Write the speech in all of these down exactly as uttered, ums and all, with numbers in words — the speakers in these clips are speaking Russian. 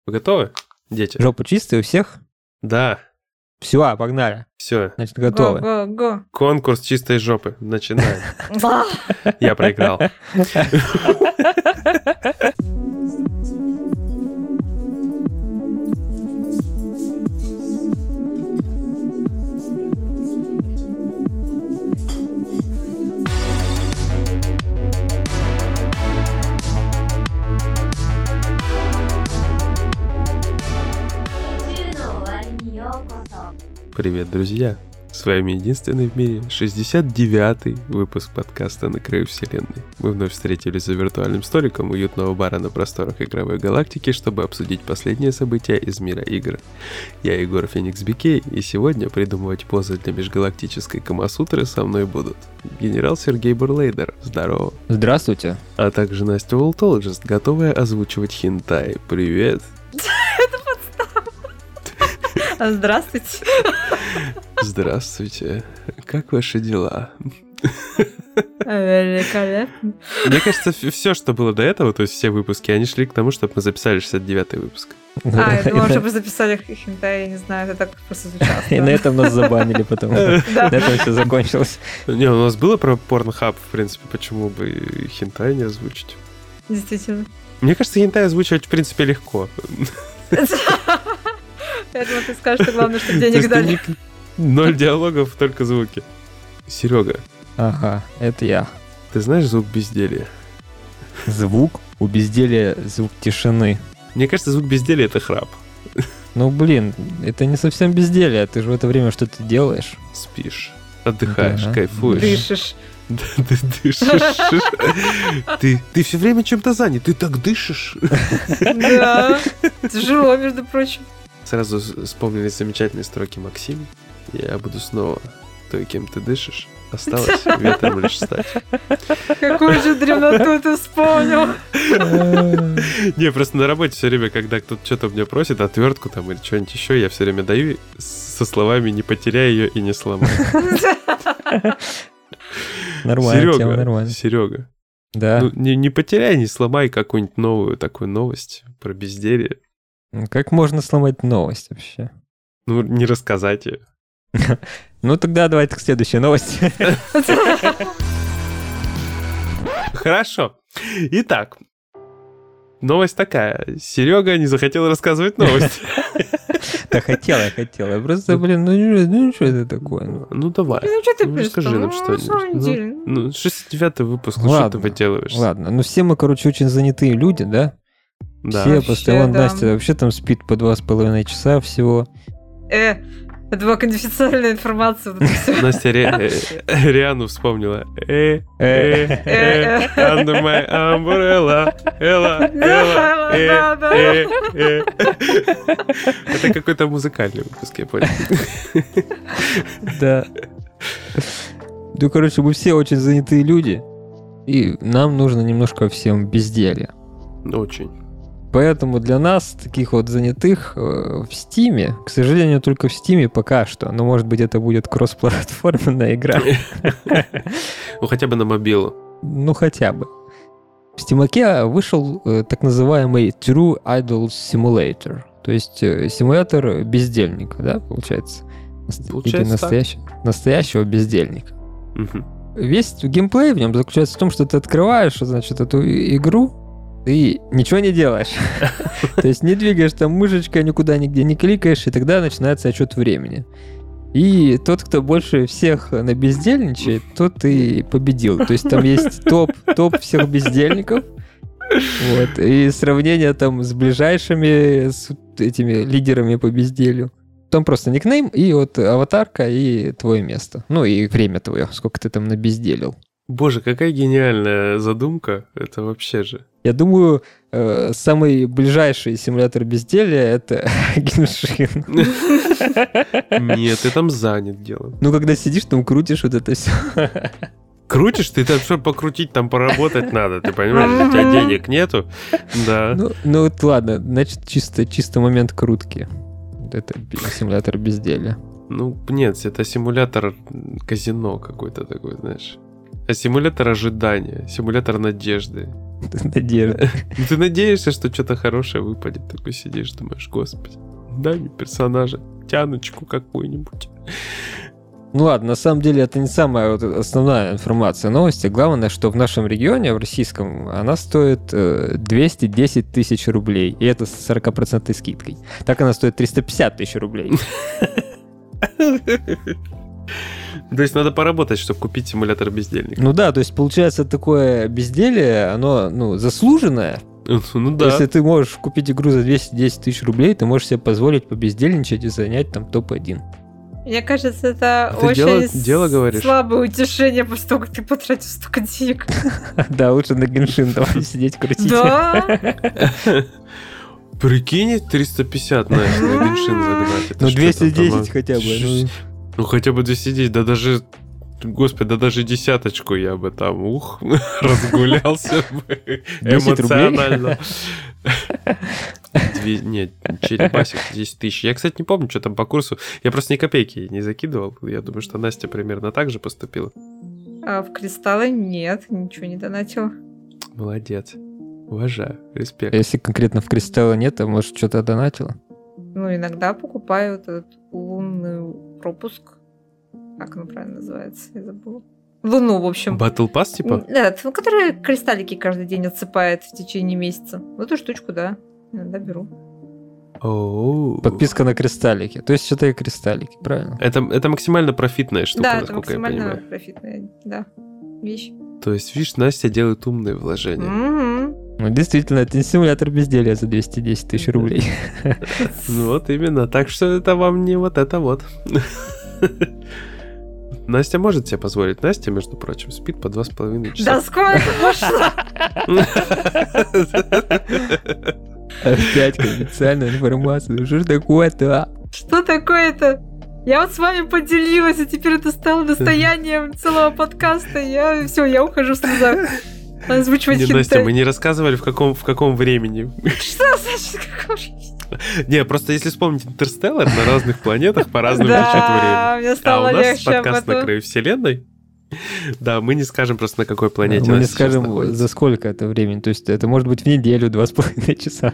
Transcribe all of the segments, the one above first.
Вы готовы, дети? Жопа чистая у всех? Да. Все, погнали. Все. Значит, готовы. Го, го, го. Конкурс чистой жопы. Начинаем. Я проиграл. Привет, друзья! С вами единственный в мире шестьдесят девятый выпуск подкаста «На краю вселенной». Мы вновь встретились за виртуальным столиком уютного бара на просторах игровой галактики, чтобы обсудить последние события из мира игр. Я Егор Феникс Бикей, и сегодня придумывать позы для межгалактической камасутры со мной будут генерал Сергей Бурлейдер. Здорово! Здравствуйте. А также Настя Волтологист, готовая озвучивать хентай. Привет! Здравствуйте. Здравствуйте. Как ваши дела? Великолепно. Мне кажется, все, что было до этого, то есть все выпуски, они шли к тому, чтобы мы записали шестьдесят девятый выпуск. А, я думала, что вы записали хентай, я не знаю, это так просто звучало. И на этом нас забанили, потому что на этом все закончилось. Не, у нас было про Pornhub, в принципе, почему бы и хентай не озвучить? Действительно. Мне кажется, хентай озвучивать, в принципе, легко. Я думаю, ты скажешь, что главное, чтобы денег дали. Ноль диалогов, только звуки. Серега. Ага, это я. Ты знаешь звук безделия? Звук? У безделия звук тишины. Мне кажется, звук безделия — это храп. Ну, блин, это не совсем безделие. Ты же в это время что-то делаешь. Спишь, отдыхаешь, Да. кайфуешь. Дышишь. Да, ты дышишь. Ты, ты все время чем-то занят, ты так дышишь. Да. Тяжело, между прочим. Сразу вспомнились замечательные строки Максима. Я буду снова той, кем ты дышишь. Осталось ветром лишь стать. Какую же древноту ты вспомнил. Не, просто на работе все время, когда кто-то что-то у меня просит, отвертку там или что-нибудь еще, я все время даю со словами «не потеряй ее и не сломай». Нормально, тема нормально. Серега, Да. ну не, не потеряй, не сломай какую-нибудь новую такую новость про безделие. Как можно сломать новость вообще? Ну, не рассказать ее. Ну, тогда давайте к следующей новости. Хорошо. Итак, новость такая. Серега не захотел рассказывать новость. Да хотела, я хотела. Я просто, блин, ну ну что это такое? Ну, Ну, давай. Ну, что ты Ну, пишешь? расскажи нам Ну, что-нибудь. на самом деле. Ну, ну, шестьдесят девятый выпуск, ну что Ладно, ты выделываешь? Ладно, ну все мы, короче, очень занятые люди, да? Да. Все Вообще, постоянно, да. Настя вообще там спит по два с половиной часа всего. Э, это была конфиденциальная информация. Вот это всё. Настя Ри- э, Риану вспомнила. Э, э, э, under my umbrella, Элла, Элла, э, Да, да. э, э. Это какой-то музыкальный выпуск, я понял. Да. Ну, короче, мы все очень занятые люди, и нам нужно немножко всем безделья. Очень. Поэтому для нас, таких вот занятых, э, в Стиме, к сожалению, только в Стиме пока что, но, может быть, это будет кроссплатформенная игра. Ну, хотя бы на мобилу. Ну, хотя бы. В Стимаке вышел э, так называемый True Idol Simulator, то есть э, симулятор бездельника, да, получается? Наст- Получается или настоящ- настоящего бездельника. Мгм. Весь геймплей в нем заключается в том, что ты открываешь, значит, эту и- игру, и ничего не делаешь. То есть не двигаешь там мышечкой, никуда нигде не кликаешь, и тогда начинается отчет времени. И тот, кто больше всех набездельничает, тот и победил. То есть там есть топ, топ всех бездельников. Вот. И сравнение там с ближайшими, с этими лидерами по безделью. Там просто никнейм, и вот аватарка, и твое место. Ну и время твое, сколько ты там набезделил. Боже, какая гениальная задумка. Это вообще же. Я думаю, э, самый ближайший симулятор безделия — это Геншин. Нет, ты там занят делом. Ну, когда сидишь, там крутишь вот это все. Крутишь ты, там что покрутить, там поработать надо, ты понимаешь? У тебя денег нету. Да. Ну, ну вот ладно, значит, чисто, чисто момент крутки. Это би- симулятор безделия. Ну, нет, это симулятор казино какой-то такой, знаешь. А симулятор ожидания, симулятор надежды. Надежда. Ну, ты надеешься, что что-то хорошее выпадет. Такой сидишь, думаешь, господи, дай мне персонажа, тяночку какую-нибудь. Ну ладно, на самом деле это не самая вот основная информация новости. Главное, что в нашем регионе, в российском, она стоит э, двести десять тысяч рублей. И это с сорок процентов скидкой. Так она стоит триста пятьдесят тысяч рублей. То есть надо поработать, чтобы купить симулятор бездельника. Ну да, то есть получается такое безделье, оно ну, заслуженное. Ну да. Если ты можешь купить игру за двести десять тысяч рублей, ты можешь себе позволить побездельничать и занять там топ один. Мне кажется, это Ты очень дело- дело говоришь? слабое утешение после того, как ты потратил столько денег. Да, лучше на Геншин там сидеть крутить. Да. Прикинь, триста пятьдесят на на Геншин загнать. Это Ну что двести там, там, десять хотя бы. ну. Ну хотя бы двести десять, да даже, господи, да даже десяточку я бы там, ух, разгулялся бы десять рублей? эмоционально. Две- Нет, черепасик десять тысяч. Я, кстати, не помню, что там по курсу. Я просто ни копейки не закидывал. Я думаю, что Настя примерно так же поступила. А в кристаллы нет, ничего не донатил. Молодец. Уважаю. Респект. Если конкретно в кристалла нет, то может что-то донатила? Ну, иногда покупаю вот этот лунный пропуск. Как он правильно называется? Я забыла. Луну, в общем. Battle Pass, типа? Да, ну, который кристаллики каждый день отсыпает в течение месяца. В эту штучку, да. Иногда беру. Оу. Подписка на кристаллики. То есть считай кристаллики, правильно? Это, это максимально профитная штука, да, это насколько я максимально понимаю. профитная, да, вещь. То есть, видишь, Настя делает умные вложения. Мгм. Ну, действительно, это не симулятор безделия за двести десять тысяч рублей. Ну вот именно. Так что это вам не вот это вот. Настя может себе позволить. Настя, между прочим, спит по два с половиной часа. Да сколько можно? Опять конфиденциальная информация. Что ж такое-то? Что такое-то? Я вот с вами поделилась, и теперь это стало достоянием целого подкаста. Я все, я ухожу в слезах. Озвучивать Не, Настя, хентай. мы не рассказывали, в каком, в каком времени. Что значит, какого? Не, просто если вспомнить Интерстеллар, на разных планетах по-разному течет время. Да, мне А стало у нас легче об подкаст на этом. краю вселенной. Да, мы не скажем просто, на какой планете Мы она не сейчас скажем, находится. за сколько это времени. То есть это может быть в неделю два с половиной часа.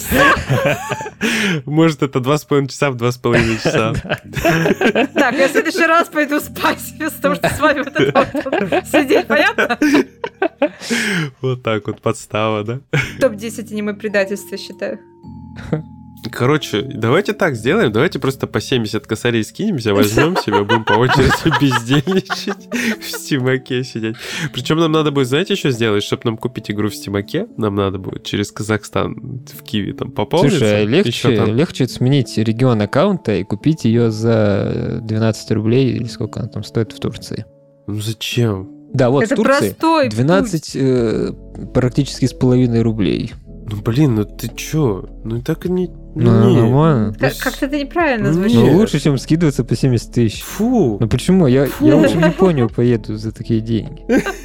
Может, это два с половиной часа в два с половиной часа. Так, я в следующий раз пойду спать, вместо того, что с вами вот это вот сидеть, понятно? Вот так вот, подстава, да? топ десять аниме-предательства, считаю. Короче, давайте так сделаем, давайте просто по семьдесят косарей скинемся, возьмем себе, будем по очереди бездельничать, в стимаке сидеть. Причем нам надо будет, знаете, что сделать? Чтобы нам купить игру в стимаке, нам надо будет через Казахстан в Киеве там пополниться. Слушай, а Ещё легче, там- легче сменить регион аккаунта и купить ее за двенадцать рублей, или сколько она там стоит в Турции. Ну зачем? Да, вот Это в Турции простой двенадцать э, практически с половиной рублей. Ну блин, ну ты чё? Ну так и не... Ну, не. нормально. путь. Как- Как-то это неправильно Ну, звучит. Ну, Нет. лучше, чем скидываться по семьдесят тысяч. Фу! Ну почему? Я, Фу. я лучше в Японию поеду за такие деньги.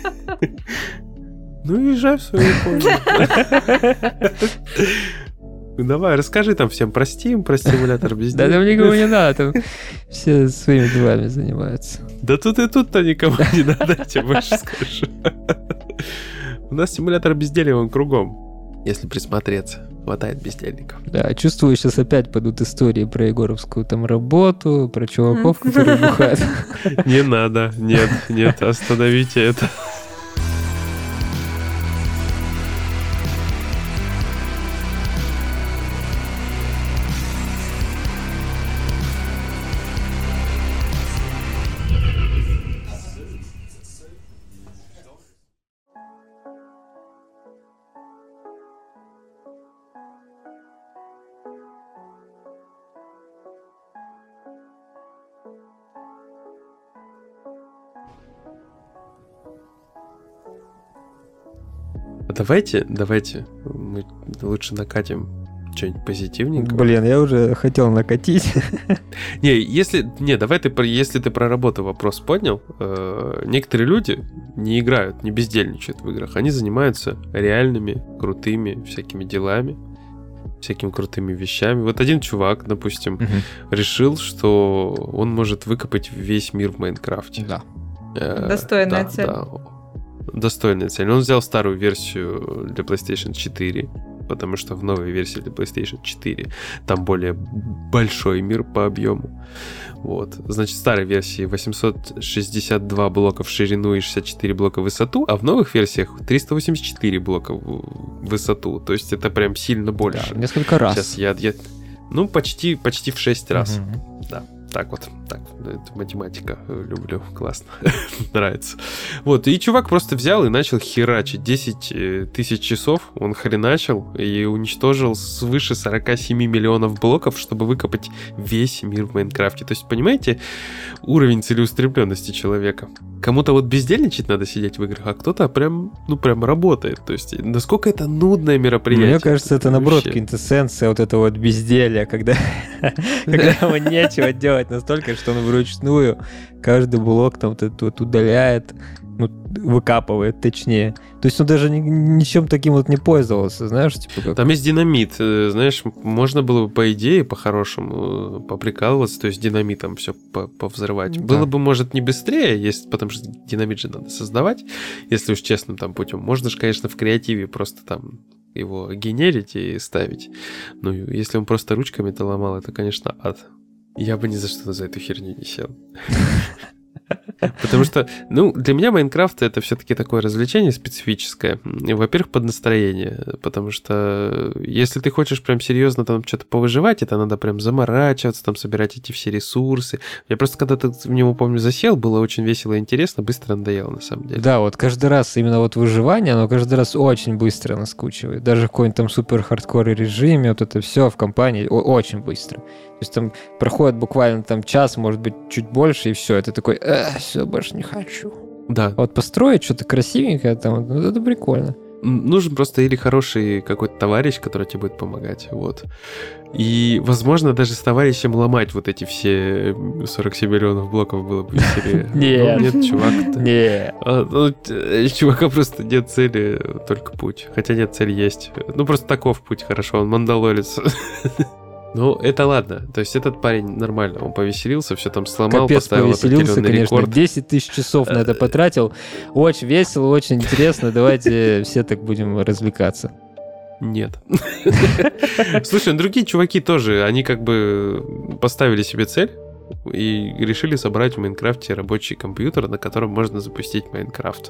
Ну езжай в свою Японию. Ну давай, расскажи там всем про Steam, про стимулятор Да безделья. там никому не надо, там все своими делами занимаются. Да тут и тут-то никому не надо, я тебе больше скажу. У нас стимулятор безделья, он кругом. Если присмотреться, хватает бездельников. Да, чувствую, сейчас опять пойдут истории про егоровскую там работу, про чуваков, которые бухают. Не надо, нет, нет, остановите это. А давайте, давайте, мы лучше накатим что-нибудь позитивненькое. Блин, я уже хотел накатить. Не, если, не, давай ты, про- если ты про работу вопрос поднял, э, некоторые люди не играют, не бездельничают в играх, они занимаются реальными, крутыми всякими делами, всякими крутыми вещами. Вот один чувак, допустим, решил, что он может выкопать весь мир в Майнкрафте. Да. Э, Достойная да, цель. да. достойная цель. Он взял старую версию для PlayStation четыре, потому что в новой версии для PlayStation четыре там более большой мир по объему. Вот. Значит, в старой версии восемьсот шестьдесят два блока в ширину и шестьдесят четыре блока в высоту, а в новых версиях триста восемьдесят четыре блока в высоту. То есть это прям сильно больше. Да, несколько раз. Сейчас я... я... Ну, почти, почти в шесть раз. Угу. Да. Так вот, так, это математика, люблю, классно, нравится. Вот, и чувак просто взял и начал херачить. десять тысяч часов он хреначил и уничтожил свыше сорок семь миллионов блоков, чтобы выкопать весь мир в Майнкрафте. То есть, понимаете, уровень целеустремленности человека. Кому-то вот бездельничать надо сидеть в играх, а кто-то прям, ну, прям работает. То есть, насколько это нудное мероприятие. Мне кажется, это, наоборот, квинтэссенция вот этого вот безделья, когда ему нечего делать настолько, что он вручную каждый блок там вот удаляет, ну, выкапывает, точнее. То есть он даже ни, ничем таким вот не пользовался, знаешь, типа как... Там есть динамит, знаешь, можно было бы, по идее, по-хорошему поприкалываться, то есть динамитом все повзрывать. Да. Было бы, может, не быстрее, если, потому что динамит же надо создавать, если уж честным там путем. Можно же, конечно, в креативе просто там его генерить и ставить. Ну, если он просто ручками-то ломал, это, конечно, ад. Я бы ни за что за эту херню не сел. Потому что, ну, для меня Майнкрафт — это все-таки такое развлечение специфическое. Во-первых, под настроение. Потому что если ты хочешь прям серьезно там что-то повыживать, это надо прям заморачиваться, там собирать эти все ресурсы. Я просто когда-то в него, помню, засел, было очень весело и интересно, быстро надоело, на самом деле. Да, вот каждый раз именно вот выживание, оно каждый раз очень быстро наскучивает. Даже в какой-нибудь там супер-хардкор режиме, вот это все в компании очень быстро. То есть там проходит буквально там час, может быть, чуть больше, и все. Это такой, все, больше не хочу. Да. Вот построить что-то красивенькое там, ну, это прикольно. Нужен просто или хороший какой-то товарищ, который тебе будет помогать, вот. И, возможно, даже с товарищем ломать вот эти все сорок семь миллионов блоков было бы веселее. Нет. Нет, чувак. Нет. Чувака просто нет цели, только путь. Хотя нет, цель есть. Ну, просто таков путь, хорошо, он мандалорец. Ну, это ладно. То есть этот парень нормально, он повеселился, все там сломал, Капец, поставил повеселился, определенный конечно. рекорд. десять тысяч часов на это потратил. Очень весело, очень интересно. Давайте все так будем развлекаться. Нет. Слушай, другие чуваки тоже, они как бы поставили себе цель и решили собрать в Майнкрафте рабочий компьютер, на котором можно запустить Майнкрафт.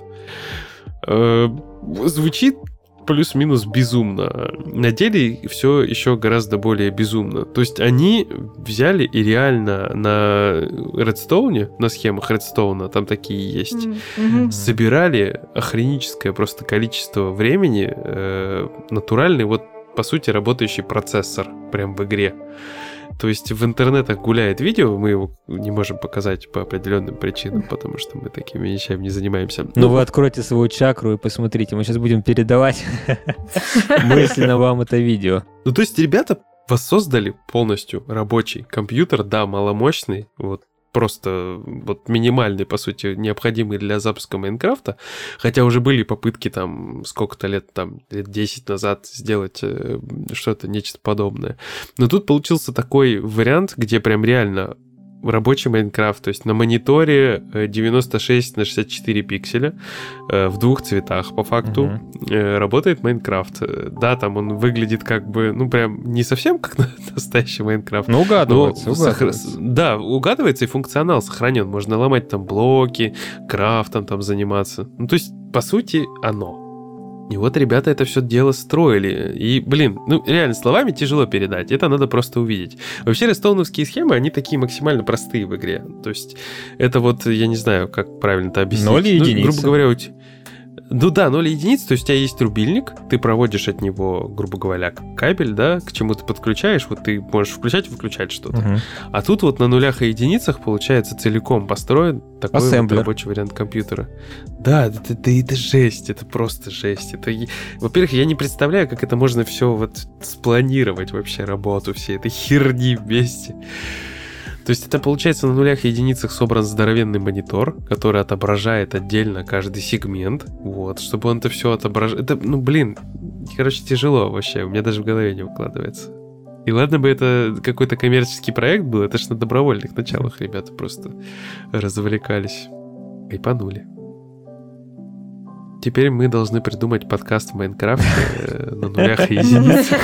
Звучит плюс-минус безумно. На деле все еще гораздо более безумно. То есть они взяли и реально на Редстоуне, на схемах Редстоуна, там такие есть, mm-hmm. собирали охреническое просто количество времени, э, натуральный, вот по сути, работающий процессор прям в игре. То есть в интернетах гуляет видео, мы его не можем показать по определенным причинам, потому что мы такими вещами не занимаемся. Ну, ну вы откройте свою чакру и посмотрите, мы сейчас будем передавать мысленно вам это видео. Ну, то есть ребята воссоздали полностью рабочий компьютер, да, маломощный, вот, просто вот минимальный, по сути, необходимый для запуска Майнкрафта, хотя уже были попытки там сколько-то лет, там, лет десять назад сделать э, что-то, нечто подобное. Но тут получился такой вариант, где прям реально рабочий Майнкрафт, то есть на мониторе девяносто шесть на шестьдесят четыре пикселя э, в двух цветах, по факту, uh-huh. э, работает Майнкрафт. Да, там он выглядит как бы, ну, прям не совсем как настоящий Майнкрафт. Ну, угадывается, но угадывается. Сохр... Да, угадывается, и функционал сохранен. Можно ломать там блоки, крафтом там заниматься. Ну, то есть, по сути, оно. И вот ребята это все дело строили. И, блин, ну реально, словами тяжело передать. Это надо просто увидеть. Вообще, редстоуновские схемы, они такие максимально простые в игре. То есть, это вот, я не знаю, как правильно это объяснить. Ноль и ну, единицы. Грубо говоря, у тебя... Ну да, ноль единиц, то есть у тебя есть рубильник, ты проводишь от него, грубо говоря, кабель, да, к чему ты подключаешь, вот ты можешь включать и выключать что-то. Uh-huh. А тут вот на нулях и единицах, получается, целиком построен такой вот рабочий вариант компьютера. Да, это, это, это жесть, это просто жесть. Это, во-первых, я не представляю, как это можно все вот спланировать вообще, работу всей этой херни вместе. То есть это, получается, на нулях и единицах собран здоровенный монитор, который отображает отдельно каждый сегмент, вот, чтобы он это все отображал. Это, ну, блин, короче, тяжело вообще, у меня даже в голове не укладывается. И ладно бы это какой-то коммерческий проект был, это ж на добровольных началах ребята просто развлекались. Кайпанули. теперь мы должны придумать подкаст в Майнкрафте на нулях и единицах.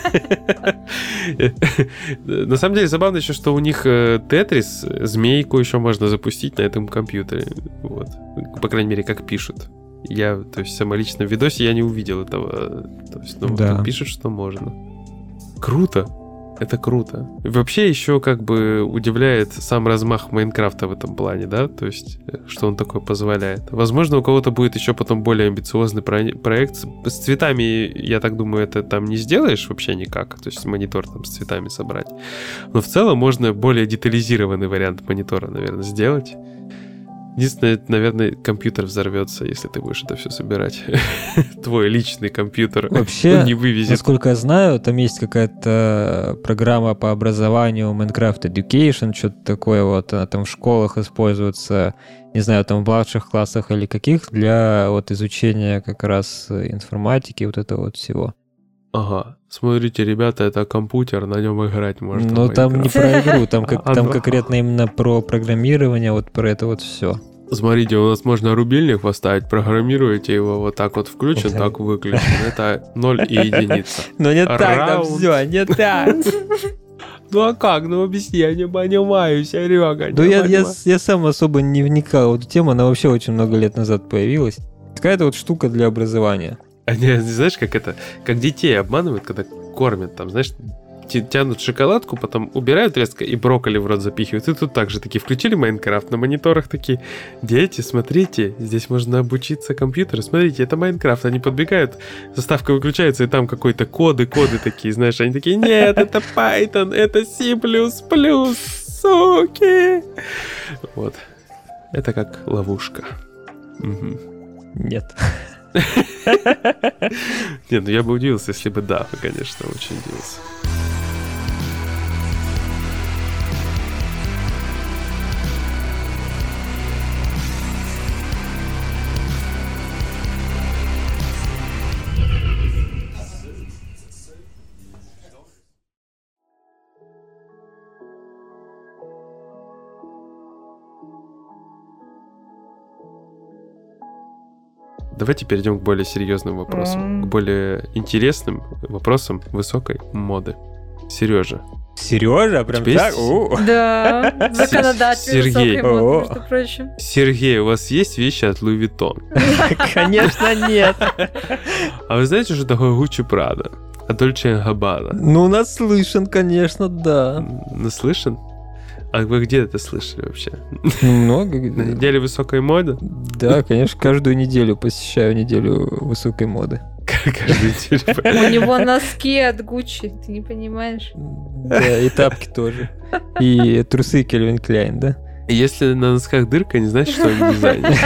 На самом деле забавно еще, что у них Тетрис, змейку еще можно запустить на этом компьютере. Вот. По крайней мере, как пишут. Я, то есть, самолично в видосе я не увидел этого. То есть, ну, да. пишут, что можно. Круто. Это круто. И вообще еще как бы удивляет сам размах Майнкрафта в этом плане, да? То есть, что он такое позволяет. Возможно, у кого-то будет еще потом более амбициозный про- проект. С цветами, я так думаю, это там не сделаешь вообще никак. То есть, монитор там с цветами собрать. Но в целом можно более детализированный вариант монитора, наверное, сделать. Единственное, наверное, компьютер взорвется, если ты будешь это все собирать. Твой личный компьютер. Вообще, он не вывезет. Насколько я знаю, там есть какая-то программа по образованию Minecraft Education, что-то такое вот. Она там в школах используется, не знаю, там в младших классах или каких, для вот изучения как раз информатики, вот этого вот всего. Ага. Смотрите, ребята, это компьютер, на нем играть можно. Но там не про игру, там, как, А, там ну. конкретно именно про программирование, вот про это вот все. Смотрите, у нас можно рубильник поставить, программируете его вот так вот включен, так выключен. Это ноль и единица. Но не так, там Раунд. все, не так. Ну а как? Ну объясни, я не понимаю, Серега. Ну я, я, я сам особо не вникал в эту тему, она вообще очень много лет назад появилась. Какая-то вот штука для образования. Они, знаешь, как это, как детей обманывают, когда кормят, там, знаешь, тянут шоколадку, потом убирают резко и брокколи в рот запихивают. И тут также такие включили Майнкрафт на мониторах, такие: дети, смотрите, здесь можно обучиться компьютеру, смотрите, это Майнкрафт. Они подбегают, заставка выключается, и там какой-то коды, коды такие, знаешь, они такие: нет, это Python, это C++, суки. Вот. Это как ловушка. Угу. Нет. Не, ну я бы удивился, если бы да, конечно, очень удивился. Давайте перейдем к более серьезным вопросам, Mm. к более интересным вопросам высокой моды. Сережа. Сережа, прям Тебе так? с- О. Да, законодатель Сергей. высокой моды, О. между прочим. Сергей, у вас есть вещи от Louis Vuitton? Конечно, нет. А вы знаете, что такое Gucci Prada? А Dolce энд Gabbana? Ну, наслышан, конечно, да. Наслышан? А вы где это слышали вообще? Много. На неделе высокой моды? Да, конечно, каждую неделю посещаю неделю высокой моды. Каждую неделю. У него носки от Гуччи, ты не понимаешь? Да, и тапки тоже. И трусы Кельвин Кляйн, да? Если на носках дырка, не значит, что они дизайнеры.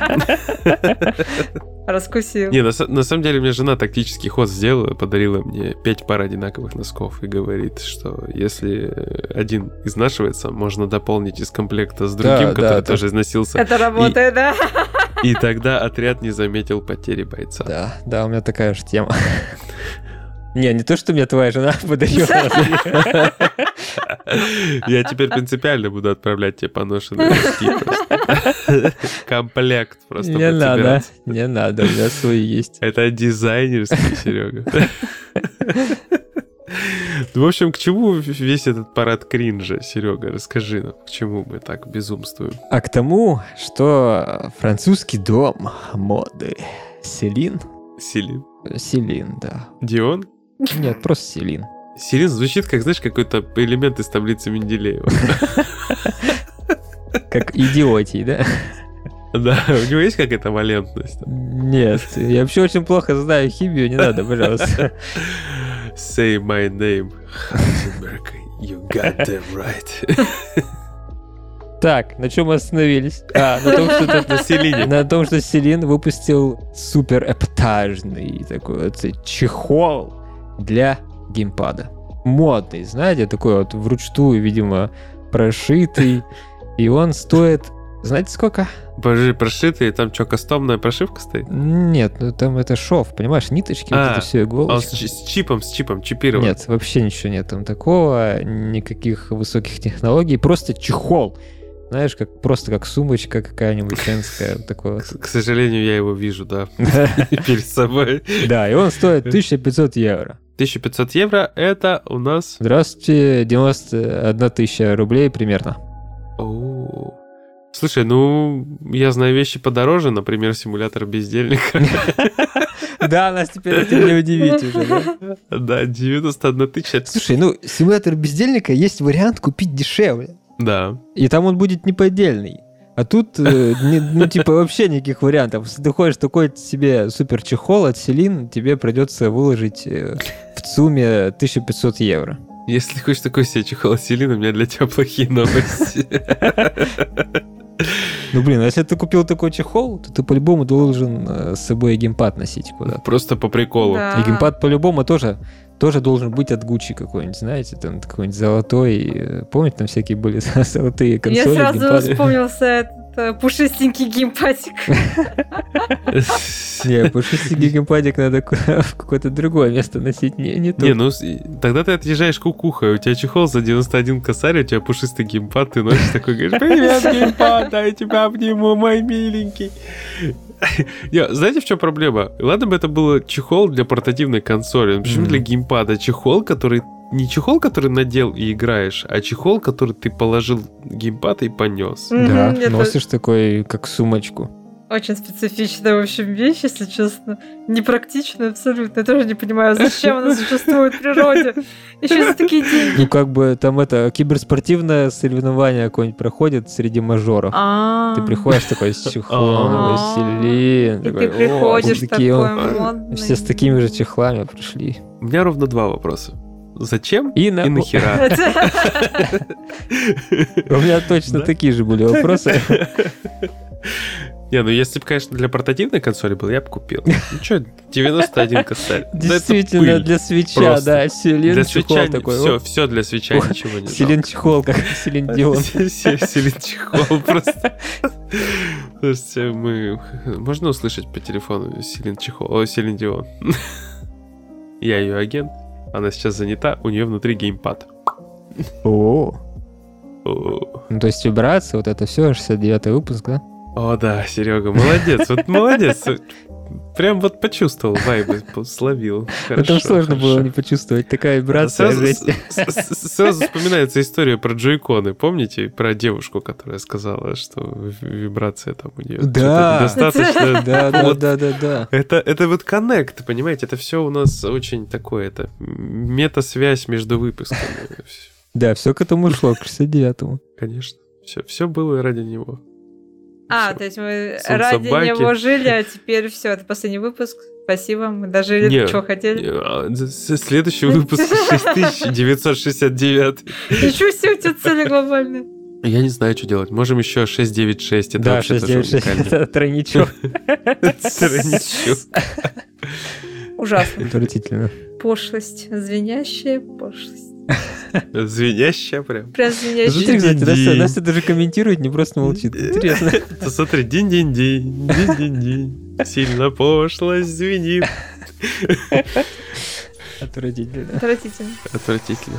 Раскусил. Не, на, са- на самом деле, мне жена тактический ход сделала, подарила мне пять пар одинаковых носков и говорит, что если один изнашивается, можно дополнить из комплекта с другим, Да, который да, тоже износился. Это работает, да? И тогда отряд не заметил потери бойца. Да, да, у меня такая же тема. Не, не то, что мне твоя жена подарила. Я теперь принципиально буду отправлять тебе поношенные носки просто. Комплект просто Не будет надо, собираться. не надо, у меня свои есть. Это дизайнерский, Серега. Ну, в общем, к чему весь этот парад кринжа, Серега? Расскажи нам, к чему мы так безумствуем? А к тому, что французский дом моды Селин. Селин. Селин, да. Дион? Нет, просто Селин. Селин звучит, как, знаешь, какой-то элемент из таблицы Менделеева. Как идиотий, да? Да, у него есть какая-то валентность? Нет, я вообще очень плохо знаю химию, не надо, пожалуйста. Say my name, Heisenberg. You got that right. Так, на чем мы остановились? А, на том, что На Селине. на том, что Селин выпустил супер эптажный такой вот чехол для геймпада. Модный, знаете, такой вот вручную, видимо, прошитый. И он стоит, знаете, сколько? Боже, прошитый, там что, кастомная прошивка стоит? Нет, ну там это шов, понимаешь, ниточки, вот А, это все А он иголочки. с, ч- с чипом, с чипом, чипирован? Нет, вообще ничего нет там такого, никаких высоких технологий, просто чехол. знаешь, как просто как сумочка какая-нибудь женская. Вот такой вот. К сожалению, я его вижу, да, перед собой. Да, и он стоит тысяча пятьсот евро. тысяча пятьсот евро — это у нас... Здравствуйте, девяносто одна тысяча рублей примерно. О, слушай, ну, я знаю вещи подороже, например, симулятор бездельника. Да, нас теперь этим не удивить уже, да? Да, девяносто одна тысяча. Слушай, ну, симулятор бездельника есть вариант купить дешевле. Да. И там он будет неподдельный. А тут, э, не, ну, типа, вообще никаких вариантов. Если ты хочешь такой себе супер чехол от Селин, тебе придется выложить э, в сумме тысяча пятьсот евро. Если хочешь такой себе чехол от Селин, у меня для тебя плохие новости. Ну, блин, а если ты купил такой чехол, то ты по-любому должен э, с собой геймпад носить куда-то. Просто по приколу. Да. И геймпад по-любому тоже, тоже должен быть от Гуччи какой-нибудь, знаете, там какой-нибудь золотой. Помните, там всякие были золотые консоли, Мне сразу геймпады? вспомнился этот э, пушистенький геймпадик. Не, пушистенький геймпадик надо в какое-то другое место носить, не, не Не, тут. ну с- тогда ты отъезжаешь кукухой, у тебя чехол за девяносто один косарь, у тебя пушистый геймпад, ты носишь такой, говоришь: привет, геймпад, дай тебя обниму, мой миленький. Не, знаете, в чем проблема? Ладно бы это было чехол для портативной консоли, но почему Мгм. для геймпада чехол, который... Не чехол, который надел и играешь, а чехол, который ты положил геймпад и понес. Мгм, Да, это носишь такой, как сумочку. Очень специфичная, в общем, вещь, если честно. Непрактичная абсолютно. Я тоже не понимаю, зачем она существует в природе. Еще за такие деньги. Ну, как бы там это, киберспортивное соревнование какое-нибудь проходит среди мажоров. А, Ты приходишь такой с чехлом, А. Василин. и такой, ты «О, приходишь все такие, такой «О». модный. Все с такими же чехлами пришли. У меня ровно два вопроса. Зачем И, на... и нахера? У меня точно Да? такие же были вопросы. Не, ну если бы, конечно, для портативной консоли был, я бы купил. Ну что, девяносто один косарь. Да это Действительно, пыль. для свеча, Просто. да, Селин Для чехол свеча такой. все, о, все для свеча, О, ничего не Селин чехол, как Селин Дион. Селин чехол просто. Слушайте, мы... Можно услышать по телефону Селин чехол? О, Селин Дион. Я ее агент. Она сейчас занята, у нее внутри геймпад. О, О, ну то есть вибрация, вот это все, шестьдесят девятый выпуск, да? О, да, Серега, молодец, вот молодец. Прям вот почувствовал вайбы, словил. Там сложно было не почувствовать, такая вибрация. Сразу, жесть. с- с- сразу вспоминается история про джойконы, помните? Про девушку, которая сказала, что в- вибрация там у нее Да. достаточно. Да, да, Вот. да, да, да. Это, это вот коннект, понимаете? Это все у нас очень такое, это метасвязь между выпусками. Да, все к этому шло, к шестьдесят девятому. Конечно. Все, все было ради него. А, Всё. то есть мы Сон ради собаки. него жили, а теперь все, это последний выпуск. Спасибо, мы дожили, Не, что хотели. А, с- Следующий выпуск шесть тысяч девятьсот шестьдесят девять. Ничего себе, у тебя цели глобальные. Я не знаю, что делать. Можем еще шестьсот девяносто шесть. Это Да, вообще шесть тоже девять шесть, уникально. это тройничок. Страничок. Ужасно. Отвратительно. Пошлость. Звенящая пошлость. Звенящая прям. Прям Смотри, звенящая. кстати, Настя, Динь-динь. Настя даже комментирует, не просто молчит. Интересно. То смотри, динь-динь-динь, динь-динь-динь. Сильно пошлость звенит. Отвратительно. Отвратительно. Отвратительно.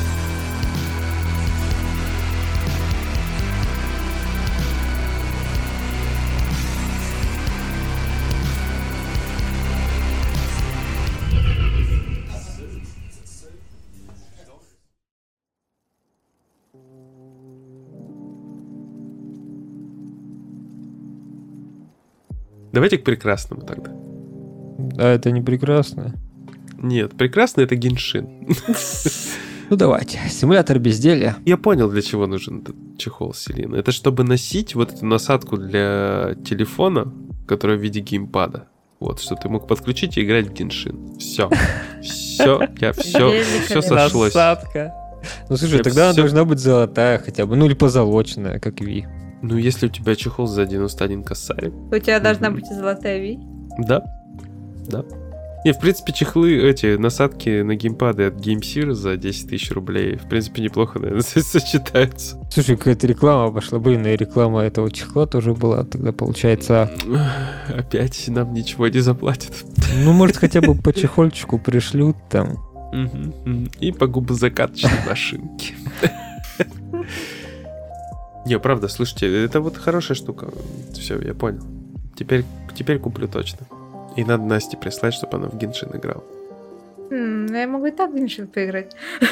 Давайте к прекрасному тогда. А это не прекрасно. Нет, прекрасный — это Геншин. Ну давайте. Симулятор безделья. Я понял, для чего нужен этот чехол Селина. Это чтобы носить вот эту насадку для телефона, которая в виде геймпада. Вот, что ты мог подключить и играть в Геншин. Все. Все, я все, все сошлось. Насадка. Ну слушай, Я тогда она всё- должна быть золотая хотя бы, ну или позолоченная, как Ви. Ну, если у тебя чехол за девяносто один косарь, У тебя должна Мгм. быть и золотая Ви. да, да. Не, в принципе, чехлы, эти насадки на геймпады от GameSir за десять тысяч рублей, в принципе, неплохо, наверное, сочетаются. Слушай, какая-то реклама пошла, блин, и реклама этого чехла тоже была, тогда получается... Опять нам ничего не заплатят. Ну, может, хотя бы по чехольчику пришлют там. Мгм, мгм. И по губозакаточной машинке. Не, правда, слушайте, это вот хорошая штука. Все, я понял. Теперь, теперь куплю точно. И надо Насте прислать, чтобы она в Геншин играла. М, я могу и так в Геншин поиграть.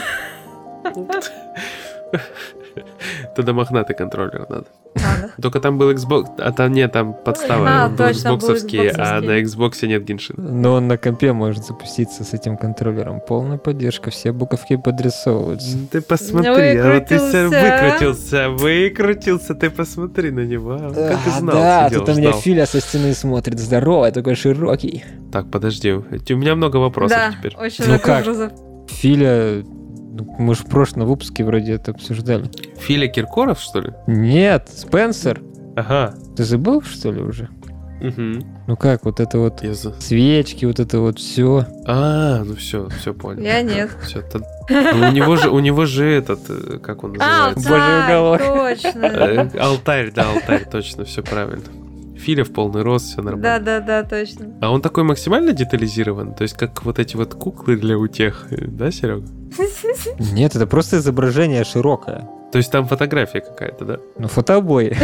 Тогда мохнатый контроллер надо. Надо. Только там был Xbox, а там нет, там подстава. А, Он был точно, был Xbox-овский, а Xbox-овский. на Xbox нет Геншина. Но он на компе может запуститься с этим контроллером. Полная поддержка, все буковки подрисовываются. Ты посмотри, а вот ты себя Выкрутился. выкрутился, выкрутился, ты посмотри на него. а. Как ты А, знал, да, сидел, тут на меня ждал. Филя со стены смотрит. Здоровый, такой широкий. Так, подожди, у меня много вопросов Да, теперь. очень Ну много как? вопросов. Филя, ну, мы же в прошлом выпуске вроде это обсуждали. Филя Киркоров, что ли? Нет, Спенсер. Ага. Ты забыл, что ли, уже? Угу. Ну как, вот это вот Я за- свечки, вот это вот все. А, ну все, все понял. Я нет. Все, у него же, у него же этот, э, как он А, называется? Божий уголок. точно. Э, Алтарь, да, алтарь, точно, все правильно. Филя в полный рост, все нормально. Да-да-да, точно. А он такой максимально детализирован? То есть как вот эти вот куклы для утех, э, да, Серега? Нет, это просто изображение широкое. То есть там фотография какая-то, да? Ну, фотобои.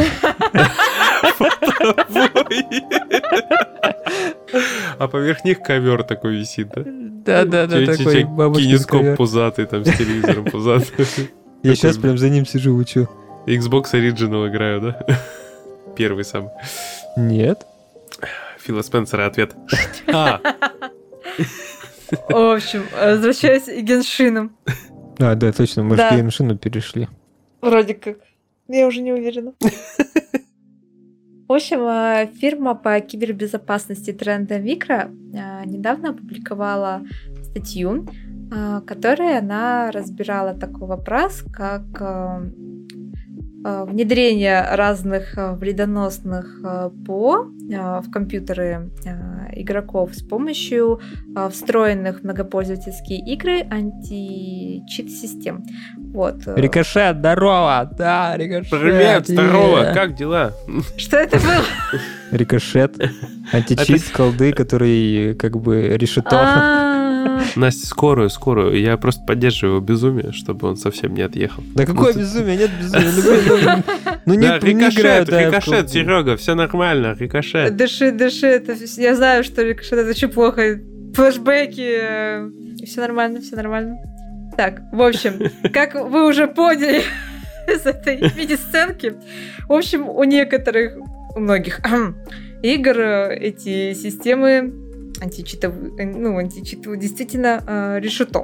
А поверх них ковер такой висит, да? Да-да-да, Те- те- такой те бабушкин Кинескоп ковер. пузатый, там с телевизором пузатый. Я сейчас прям за ним сижу, учу. Xbox Original играю, да? Первый сам. Нет. Фила Спенсера ответ. А, В общем, возвращаясь к Геншинам. А, да, точно, мы Да. же к Геншину перешли. Вроде как. Я уже не уверена. В общем, э, фирма по кибербезопасности Trend Micro э, недавно опубликовала статью, э, которая она разбирала такой вопрос, как э, э, внедрение разных э, вредоносных э, ПО э, в компьютеры э, игроков с помощью э, встроенных в многопользовательские игры анти-чит-систем. Вот. э. Рикошет, здорово! Да, рикошет! привет, е. здорово, как дела? Что это было? Рикошет. Античит, колды, который как бы решето. А, Настя, скорую, скорую. Я просто поддерживаю его безумие, чтобы он совсем не отъехал. Да какое безумие, нет безумия. Ну, блин, ну, ну не, Да, не играю, рикошет, да, я в рикошет, колду. Серега, все нормально, рикошет. Дыши, дыши, это вс- я знаю, что рикошет это очень плохо. Флэшбэки, все нормально, все нормально. Так, в общем, как вы уже поняли из этой мини-сценки, в общем, у некоторых, у многих игр э, эти системы античитовые, ну, античитовые действительно э, решето.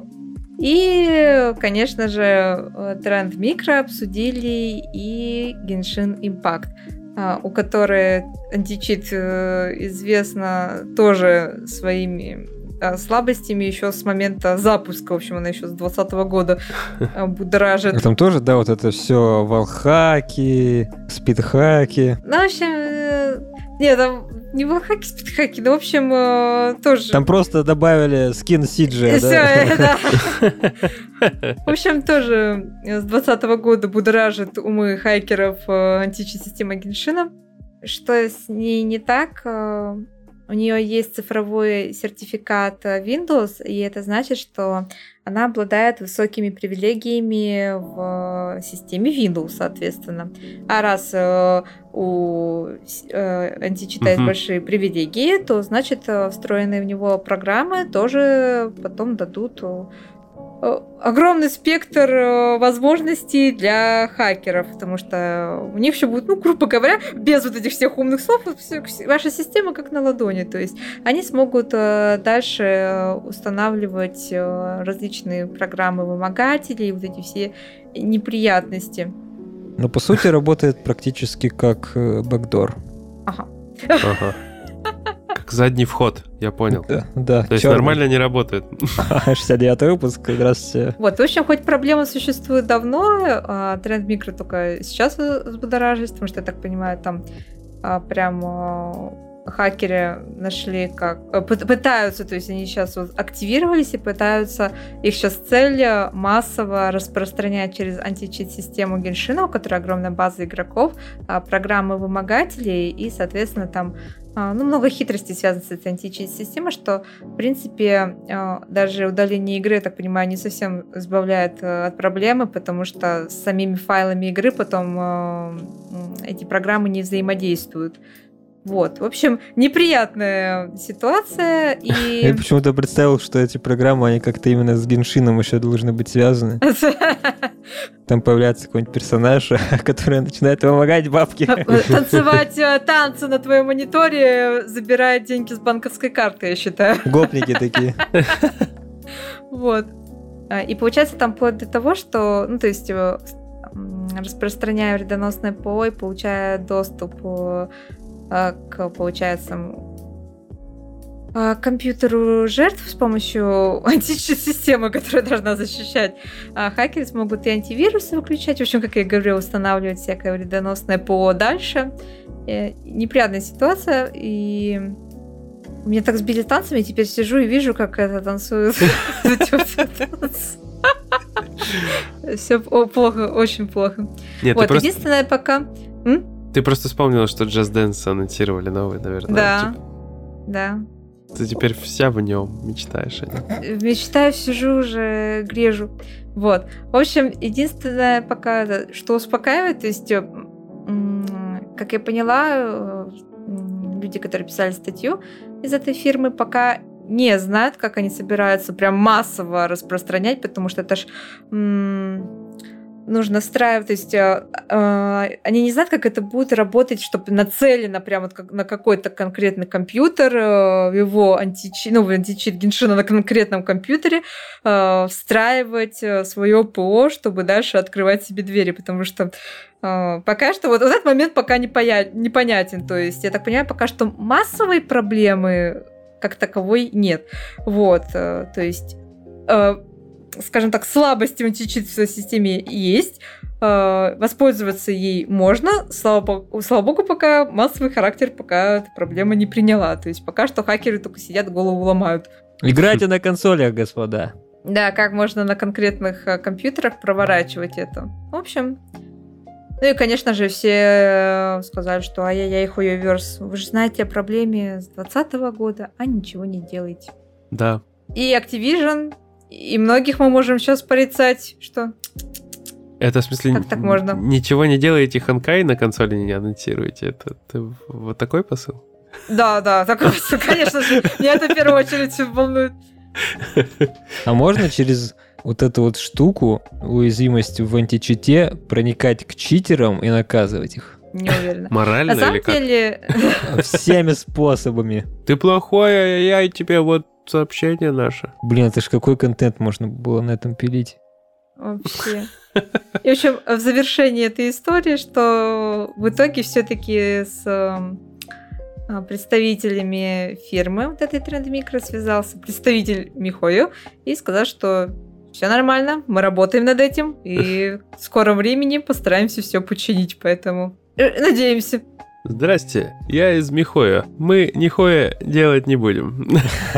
И, конечно же, э, Trend Micro обсудили и Genshin Impact, э, у которой античит э, известна тоже своими э, слабостями еще с момента запуска. В общем, она еще с двадцатого года э, будоражит. Там тоже, да, вот это все валхаки, спидхаки. Ну, в общем, э, нет, там не валхаки, спидхаки, ну, в общем, э, тоже... Там просто добавили скин Сиджи, Всё, да? э, да. В общем, тоже с двадцатого года будоражит умы хакеров э, античит-система Геншина. Что с ней не так? Э, У нее есть цифровой сертификат Windows, и это значит, что она обладает высокими привилегиями в системе Windows, соответственно. А раз э, у э, античита есть Мгм. большие привилегии, то значит э, встроенные в него программы тоже потом дадут э, э, огромный спектр э, возможностей для хакеров, потому что у них все будет, ну, грубо говоря, без вот этих всех умных слов, вот всё- вс- ваша система как на ладони, то есть они смогут э, дальше э, устанавливать э, различные программы-вымогатели и вот эти все неприятности. Но по сути работает практически как э, бэкдор. Ага. Ага. Как задний вход, я понял. Да, да. То есть чёрный. нормально не работает. шестьдесят девятый выпуск, как раз все. Вот, в общем, хоть проблема существует давно, а Trend Micro только сейчас взбудоражить, потому что, я так понимаю, там а, прям а, хакеры нашли как... а, пы- пытаются, то есть они сейчас вот активировались и пытаются, их сейчас цель а, массово распространять через античит-систему Геншина, у которой огромная база игроков, а, программы вымогателей и, соответственно, там Ну, много хитростей связано с этой античит-системой, что, в принципе, даже удаление игры, я так понимаю, не совсем избавляет от проблемы, потому что с самими файлами игры потом эти программы не взаимодействуют. Вот, в общем, неприятная ситуация. И... Я почему-то представил, что эти программы, они как-то именно с Геншином еще должны быть связаны. Там появляется какой-нибудь персонаж, который начинает вымогать бабки. Танцевать танцы на твоем мониторе забирает деньги с банковской карты, я считаю. Гопники такие. Вот. И получается там вплоть до того, что, ну, то есть, распространяя вредоносное ПО и получая доступ к, получается, к компьютеру жертв с помощью античит-системы, которая должна защищать, хакеры смогут и антивирусы выключать, в общем, как я говорила, устанавливать всякое вредоносное ПО дальше. И неприятная ситуация, и меня так сбили танцами, я теперь сижу и вижу, как это танцуют. Все плохо, очень плохо. Вот, единственное пока... Ты просто вспомнила, что Just Dance анонсировали новый, наверное. Да, да. Ты теперь вся в нем мечтаешь о нем. Мечтаю, сижу уже, грежу. Вот. В общем, единственное пока, что успокаивает, то есть, как я поняла, люди, которые писали статью из этой фирмы, пока не знают, как они собираются прям массово распространять, потому что это ж... нужно встраивать, то есть э, э, они не знают, как это будет работать, чтобы нацелено прямо вот как, на какой-то конкретный компьютер, э, его античит, ну, античит Геншина на конкретном компьютере э, встраивать свое ПО, чтобы дальше открывать себе двери, потому что э, пока что вот, вот этот момент пока не поя- непонятен, то есть я так понимаю, пока что массовой проблемы как таковой нет, вот, э, то есть э, скажем так, слабости в античит системе есть, э, воспользоваться ей можно, слава богу, слава богу, пока массовый характер, пока эта проблема не приняла, то есть пока что хакеры только сидят, голову ломают. Играйте на консолях, господа. Да, как можно на конкретных компьютерах проворачивать это. В общем, ну и, конечно же, все сказали, что ай-яй-яй, хуёверс, вы же знаете о проблеме с двадцатого года, а ничего не делаете. Да. И Activision... И многих мы можем сейчас порицать, что... Это, в смысле, как так можно? Ничего не делаете, Ханкай на консоли не анонсируете? Это, это вот такой посыл? Да, да, такой посыл, конечно же. Меня это в первую очередь волнует. А можно через вот эту вот штуку, уязвимость в античите, проникать к читерам и наказывать их? Не уверена. Морально на самом или как? деле... Всеми способами. Ты плохой, ай-яй-яй, тебе вот сообщение наше. Блин, это ж какой контент можно было на этом пилить? Вообще. И, в общем, в завершении этой истории, что в итоге все-таки с представителями фирмы вот этой Trendmicro связался представитель Михою и сказал, что все нормально, мы работаем над этим, и в скором времени постараемся все починить, поэтому надеемся. Здрасте, я из Михоя. Мы нихуя делать не будем.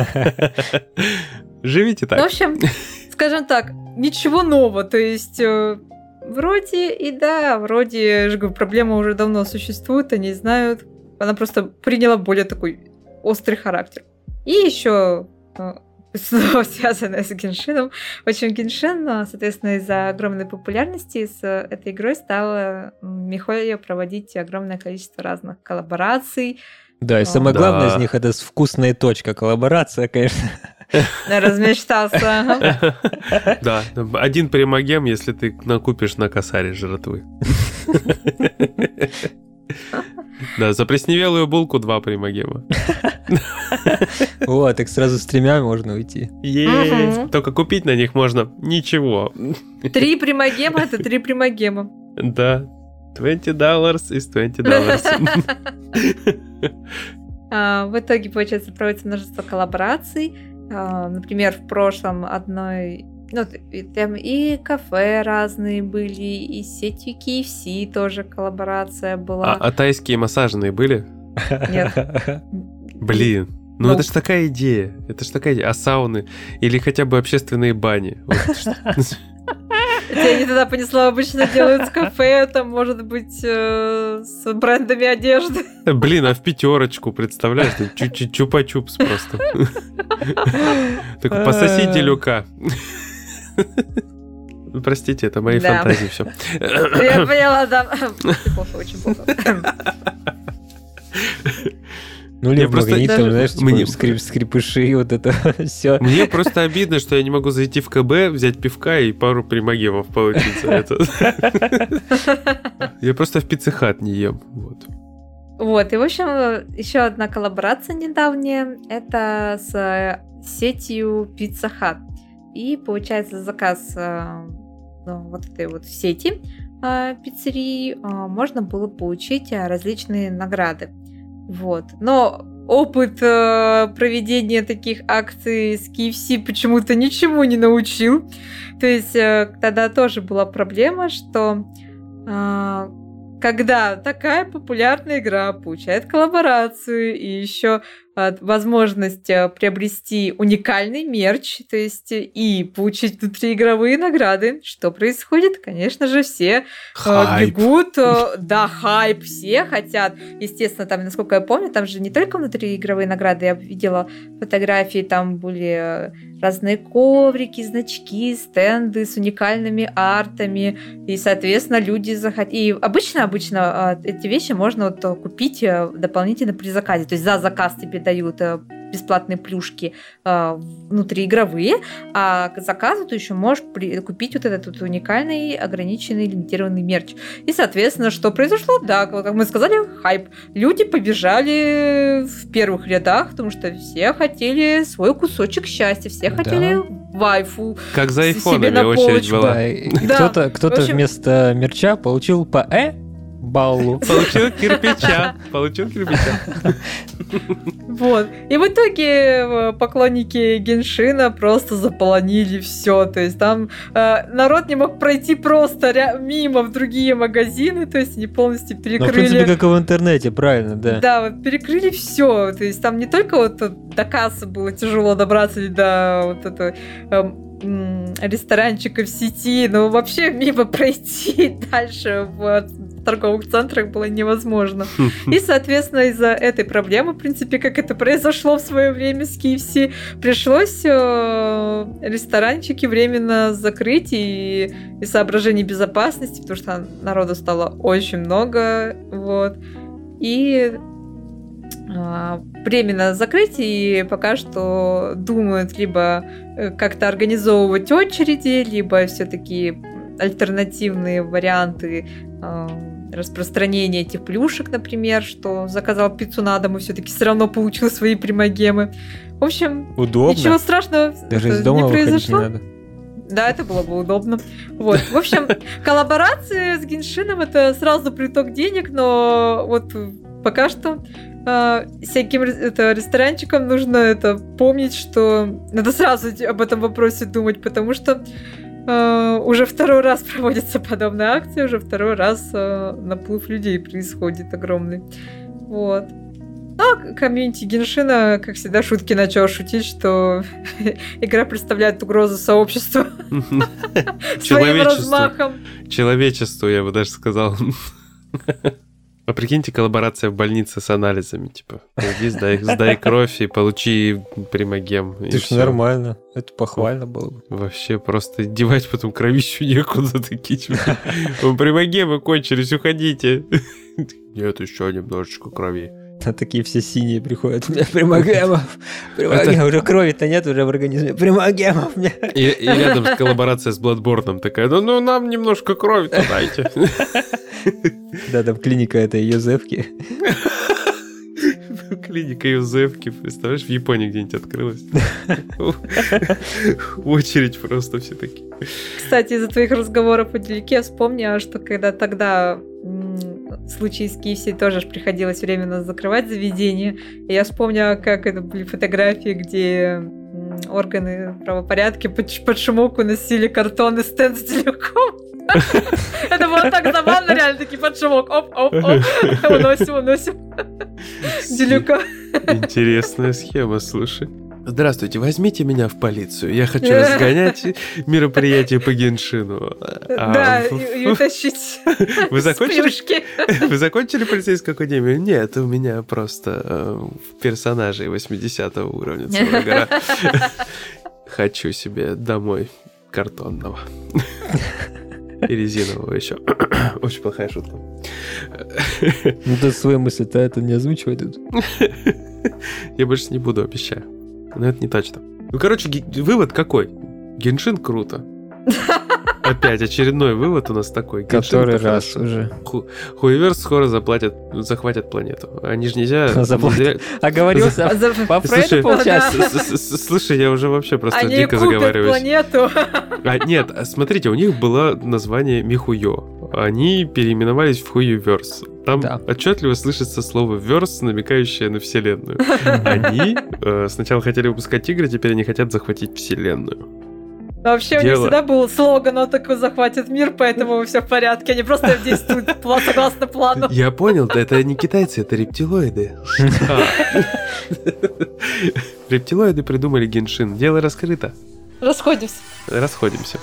Живите так. Ну, в общем, скажем так, ничего нового. То есть, э, вроде и да, вроде, я же говорю, проблема уже давно существует, они знают. Она просто приняла более такой острый характер. И еще э, снова связанная с Геншином. В общем, Геншин, соответственно, из-за огромной популярности с этой игрой стала Михоя проводить огромное количество разных коллабораций. Да, и самое да. главное из них это вкусная точка. Коллаборация, конечно. Размечтался. Да, один примагем, если ты накупишь на косаре жратвы. Да, за плесневелую булку два примагема. О, так сразу с тремя можно уйти. Есть. Только купить на них можно ничего. Три примагема — это три примагема. Да. двадцать долларов из двадцать долларов. В итоге, получается, проводится множество коллабораций. Например, в прошлом одной... Ну, там и кафе разные были, и с сетью кей эф си тоже коллаборация была. А, а тайские массажные были? Нет. Блин, ну, ну это ж такая идея. Это ж такая идея. А сауны? Или хотя бы общественные бани? Вот. Я не туда понесла, обычно делают с кафе, там, может быть, э, с брендами одежды. Блин, а в пятерочку, представляешь? Чупа-чупс просто. Так пососите люка. Простите, это мои Да. фантазии, все. Я поняла, да. Плохо, очень плохо. Ну, Мне либо просто- магнит, там, даже- знаешь, типа Мне- скрип- скрипыши, вот это все. Мне просто обидно, что я не могу зайти в КБ, взять пивка и пару примагемов получить за это. Я просто в пиццехат не ем. Вот. Вот, и, в общем, еще одна коллаборация недавняя, это с сетью Pizza Hut. И, получается, заказ э, ну, вот этой вот сети э, пиццерии э, можно было получить э, различные награды. Вот. Но опыт э, проведения таких акций с кей эф си почему-то ничему не научил. То есть э, тогда тоже была проблема, что э, когда такая популярная игра получает коллаборацию и еще э, возможность э, приобрести уникальный мерч, то есть э, и получить внутриигровые награды, что происходит? Конечно же, все э, Хайп. бегут, э, да, хайп, все хотят. Естественно, там, насколько я помню, там же не только внутриигровые награды, я видела фотографии, там были разные коврики, значки, стенды с уникальными артами, и, соответственно, люди захотят. И обычно, обычно э, эти вещи можно вот купить э, дополнительно при заказе, то есть за заказ тебе дают э, бесплатные плюшки э, внутриигровые, а к заказу ты еще можешь при- купить вот этот вот уникальный, ограниченный, лимитированный мерч. И, соответственно, что произошло? Да, как мы сказали, хайп. Люди побежали в первых рядах, потому что все хотели свой кусочек счастья, все Да. хотели вайфу. Как за Себе айфонами на очередь полочку. была. Да, и Да. кто-то, кто-то В общем- вместо мерча получил по э баллу. Получил кирпича. Получил кирпича. Вот. И в итоге э, поклонники Геншина просто заполонили все. То есть там э, народ не мог пройти просто ря- мимо в другие магазины, то есть они полностью Ну, в перекрыли. принципе, как и в интернете, правильно, да. Да, вот перекрыли все. То есть там не только вот до кассы было тяжело добраться или до вот этого эм, м, ресторанчика в сети, но вообще мимо пройти дальше в торговых центрах было невозможно. И, соответственно, из-за этой проблемы, в принципе, как это произошло в свое время с кей эф си, пришлось э, ресторанчики временно закрыть и из соображений безопасности, потому что народу стало очень много, вот. И а, временно закрыть, и пока что думают либо э, как-то организовывать очереди, либо все-таки альтернативные варианты э, распространения этих плюшек, например, что заказал пиццу на дом и все-таки все равно получил свои примагемы. В общем, Удобно. ничего страшного Даже из не дома выходить не произошло. надо. Да, это было бы удобно. Вот. В общем, коллаборации с Геншином — это сразу приток денег, но вот пока что э, всяким ре- это, ресторанчикам нужно это помнить, что надо сразу об этом вопросе думать, потому что э, уже второй раз проводится подобная акция, уже второй раз э, наплыв людей происходит огромный. Вот. А комьюнити Геншина, как всегда, шутки начал шутить, что игра представляет угрозу сообществу своим Человечеству. размахом. Человечеству, я бы даже сказал. А прикиньте, коллаборация в больнице с анализами, типа, иди, сдай, сдай кровь и получи примагем. и Это ж всё. нормально. Это похвально было бы. Вообще, просто девать потом кровищу некуда такие. типа, Примагемы кончились, уходите. Нет, еще немножечко крови. А такие все синие приходят. У меня примагемов. Примагемов. Уже крови-то нет уже в организме. Примагемов мне. И, и рядом коллаборация с Bloodborne такая, ну, ну нам немножко крови-то дайте. Да, там клиника этой Йозефки. Клиника Юзефки, представляешь, в Японии где-нибудь открылась. Очередь просто все такие. Кстати, из-за твоих разговоров о Делике вспомнила, что когда тогда м, в случае с кей эф си тоже ж приходилось временно закрывать заведение, и я вспомнила, как это были фотографии, где м, органы правопорядка под, под шумок уносили картонный стенд с Делюком. Это было так забавно, реально, такие под шумок. Оп-оп-оп. Уносим, уносим. Делюка. Интересная схема, слушай. Здравствуйте, возьмите меня в полицию. Я хочу разгонять мероприятие по Геншину. Да, и утащить Вы закончили? Вы закончили полицейскую академию? Нет, у меня просто персонажей восьмидесятого уровня целая гора. Хочу себе домой картонного. И резинового еще. Очень плохая шутка. Ну ты свои мысли-то это не озвучивай тут. Я больше не буду, обещаю. Но это не точно. Ну, короче, ги- вывод какой? Геншин круто. Опять очередной вывод у нас такой. Геншин Который это раз хорошо. уже. Ху- Хуеверс скоро заплатят, захватят планету. Они же нельзя... Заплатят. Оговорился по Слушай, Фрейду получается? с- с- с- Слушай, я уже вообще просто Они дико купят заговариваюсь. планету. А, нет, а смотрите, у них было название Михуё. Они переименовались в Хуеверс. Там Да. отчетливо слышится слово «верс», намекающее на вселенную. Они э, сначала хотели выпускать игры, теперь они хотят захватить вселенную. Вообще у них Дело. всегда был слоган «Он такой захватит мир, поэтому все в порядке». Они просто действуют пла- согласно плану. Я понял, да это не китайцы, это рептилоиды. А. Рептилоиды придумали Геншин. Дело раскрыто. Расходимся. Расходимся.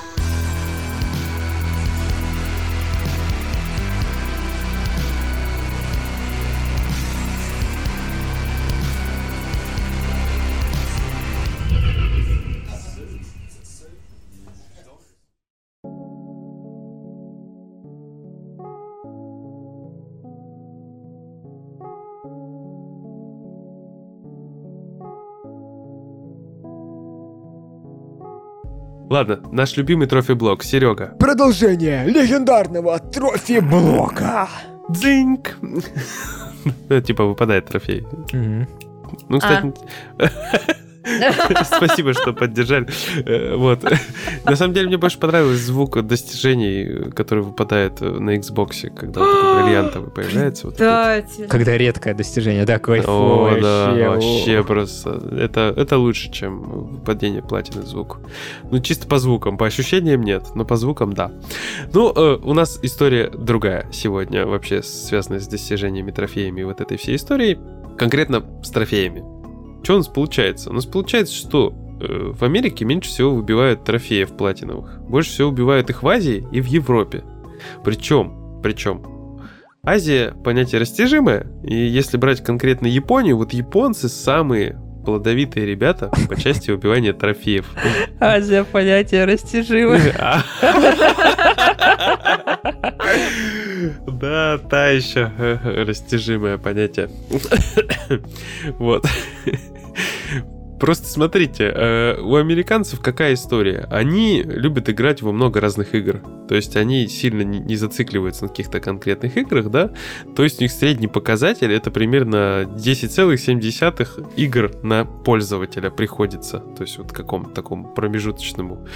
Ладно, наш любимый трофи-блок, Серега. Продолжение легендарного трофи-блока. Дзиньк. Ну, типа выпадает трофей. Ну, кстати... Спасибо, что поддержали. Э, Вот. На самом деле, мне больше понравился звук достижений, который выпадает на Xbox, когда он такой бриллиантовый появляется. Вот этот. Да, Когда редкое достижение, да, О, кайфово. да, вообще, вообще о. просто. Это, это лучше, чем выпадение платины звук. Ну, чисто по звукам. По ощущениям нет, но по звукам да. Ну, э, у нас история другая сегодня, вообще связанная с достижениями, трофеями вот этой всей истории. Конкретно с трофеями. Что у нас получается? У нас получается, что э, в Америке меньше всего выбивают трофеев платиновых. Больше всего убивают их в Азии и в Европе. Причем, причем, Азия понятие растяжимое, и если брать конкретно Японию, вот японцы самые плодовитые ребята по части убивания трофеев. Азия понятие растяжимое. Да, та еще растяжимое понятие. Вот. Просто смотрите, э, у американцев какая история? Они любят играть во много разных игр. То есть они сильно не, не зацикливаются на каких-то конкретных играх, да? То есть у них средний показатель это примерно десять целых семь десятых игр на пользователя приходится. То есть вот какому-то такому промежуточному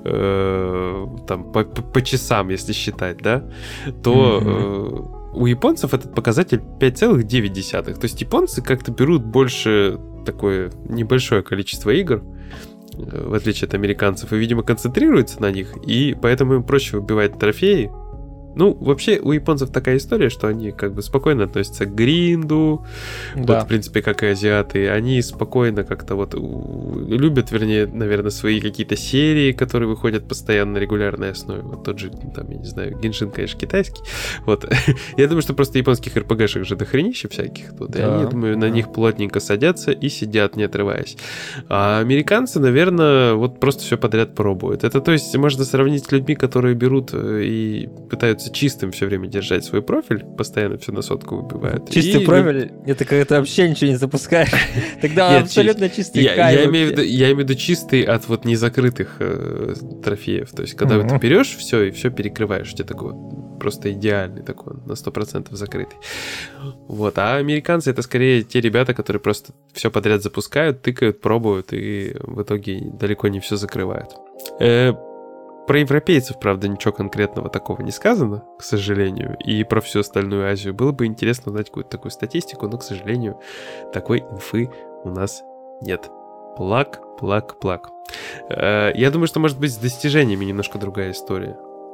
э, там по, по, по часам, если считать, да? То... Mm-hmm. э, у японцев этот показатель пять целых девять десятых. То есть японцы как-то берут больше такое небольшое количество игр, в отличие от американцев, и, видимо, концентрируются на них, и поэтому им проще выбивать трофеи. Ну, вообще, у японцев такая история, что они как бы спокойно относятся к гринду, да. Вот, в принципе, как и азиаты. Они спокойно как-то вот любят, вернее, наверное, свои какие-то серии, которые выходят постоянно на регулярной основе. Вот тот же, там, я не знаю, Геншин, конечно, китайский. Вот. Я думаю, что просто японских эр пи джи-шек же дохренища всяких тут, да. И они, я думаю, на них плотненько садятся и сидят, не отрываясь. А американцы, наверное, вот просто все подряд пробуют. Это, то есть, можно сравнить с людьми, которые берут и пытаются чистым все время держать свой профиль, постоянно все на сотку выбивают. Чистый и... профиль, это когда ты вообще ничего не запускаешь. Тогда он абсолютно чистый. Я, я, имею виду, я имею в виду чистый от вот незакрытых э, трофеев. То есть, когда mm-hmm. ты берешь все и все перекрываешь, у тебя такой просто идеальный такой, на сто процентов закрытый. Вот. А американцы это скорее те ребята, которые просто все подряд запускают, тыкают, пробуют и в итоге далеко не все закрывают. Э, Про европейцев, правда, ничего конкретного такого не сказано, к сожалению, и про всю остальную Азию. Было бы интересно узнать какую-то такую статистику, но, к сожалению, такой инфы у нас нет. Плак, плак, плак. Я думаю, что, может быть, с достижениями немножко другая история.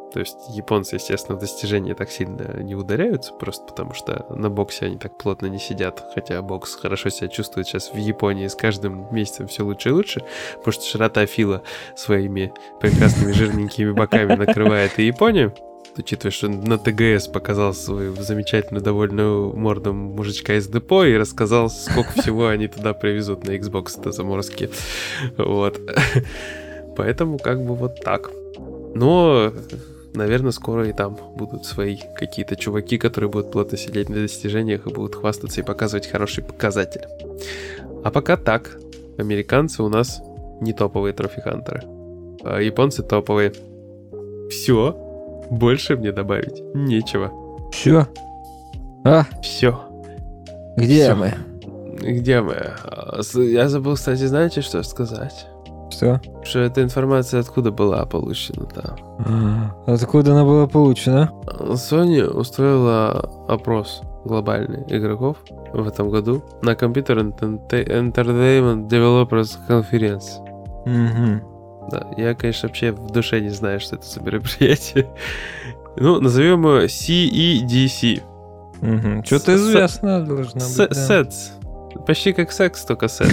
То есть японцы, естественно, в достижении так сильно не ударяются, просто потому что на боксе они так плотно не сидят. Хотя бокс хорошо себя чувствует сейчас в Японии, с каждым месяцем все лучше и лучше, потому что широта фила своими прекрасными жирненькими боками накрывает и Японию. Учитывая, что на ТГС показал свою замечательную, довольную морду мужичка из депо и рассказал, сколько всего они туда привезут на Xbox-то заморские. Вот. Поэтому как бы вот так. Но, наверное, скоро и там будут свои какие-то чуваки, которые будут плотно сидеть на достижениях и будут хвастаться и показывать хороший показатель. А пока так. Американцы у нас не топовые трофи-хантеры. А японцы топовые. Все. Больше мне добавить нечего. Все? А? Все. Где Всё. мы? Где мы? Я забыл, кстати, знаете, что сказать? Что? Что эта информация откуда была получена-то? Откуда она была получена? Sony устроила опрос глобальный игроков в этом году на Computer Entertainment Developers Conference. Угу. Да, я, конечно, вообще в душе не знаю, что это за мероприятие. Ну, назовем его си и ди си. Угу. Что-то известно должно быть. Да. Сетс. Почти как секс, только секс.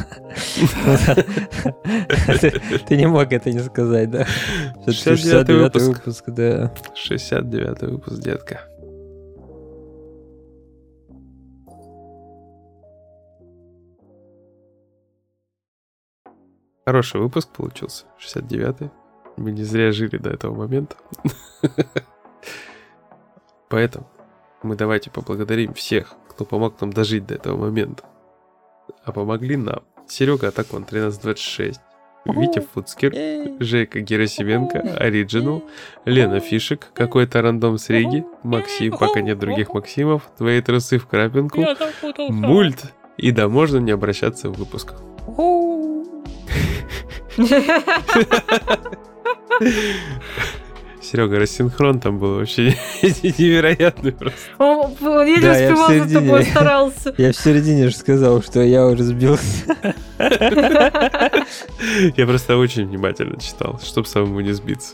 Ты не мог это не сказать, да? шестьдесят девятый выпуск, да. шестьдесят девятый выпуск, детка. Хороший выпуск получился, шестьдесят девятый. Мы не зря жили до этого момента. Поэтому мы давайте поблагодарим всех, кто помог нам дожить до этого момента. А помогли нам Серега Атакон тринадцать двадцать шесть, Витя Фуцкер, Жека Герасименко, Ориджинал, Лена Фишек, какой-то рандом с Риги, Максим, пока нет других Максимов, Твои трусы в крапинку, Мульт, и да, можно не обращаться в выпусках. Серега, рассинхрон там был вообще невероятный просто. Он, он еле да, успевал середине, за тобой, старался. Я в середине же сказал, что я уже сбился. Я просто очень внимательно читал, чтобы самому не сбиться.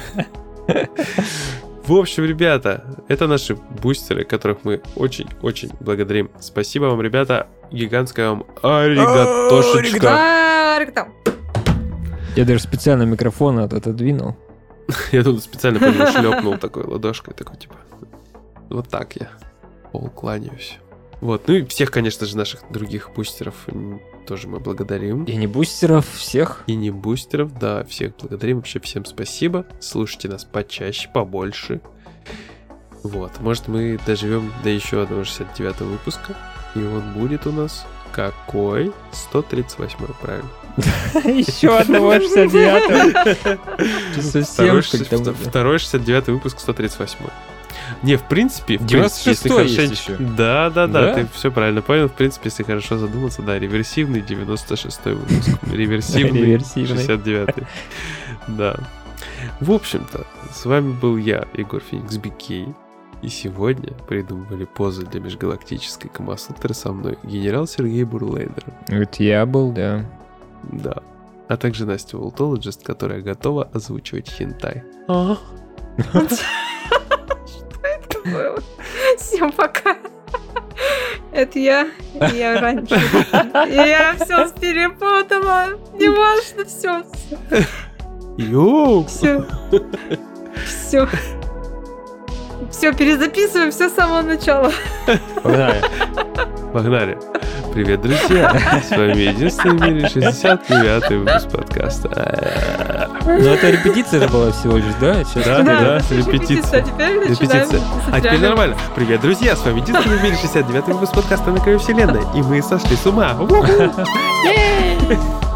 В общем, ребята, это наши бустеры, которых мы очень-очень благодарим. Спасибо вам, ребята. Гигантское вам аригатошечка. Аригато. Я даже специально микрофон отодвинул. Я тут специально по нему шлепнул такой ладошкой, такой типа, вот так я пол кланяюсь. Вот, ну и всех, конечно же, наших других бустеров тоже мы благодарим. И не бустеров, всех. И не бустеров, да, всех благодарим, вообще всем спасибо. Слушайте нас почаще, побольше. Вот, может мы доживем до еще одного шестьдесят девятого выпуска, и он будет у нас какой? сто тридцать восьмой, правильно? Еще одного шестьдесят девятого. Совсем Второй шестьдесят девятый выпуск, сто тридцать восьмой. Не, в принципе, в принципе, если хорошо... Да, да, да, ты все правильно понял. В принципе, если хорошо задуматься, да, реверсивный девяносто шестой выпуск. Реверсивный шестьдесят девятый. Да. В общем-то, с вами был я, Егор Феникс Бикей. И сегодня придумывали позы для межгалактической Камасутры со мной генерал Сергей Бурлейдер. Это я был, да. Да. А также Настя Волтологист, которая готова озвучивать хентай. Что это было? Всем пока. Это я. Я раньше. Я все перепутала. Не важно, все. Йоу! Все. Все. Все, перезаписываем все с самого начала. Погнали. Погнали. Привет, друзья. С вами единственный в мире шестьдесят девятый выпуск подкаста. Ну, это репетиция была всего лишь, да? Сейчас да, да, да, репетиция. А теперь репетиция. А теперь нормально. Привет, друзья. С вами единственный в мире шестьдесят девятый выпуск подкаста «На краю вселенной». И мы сошли с ума.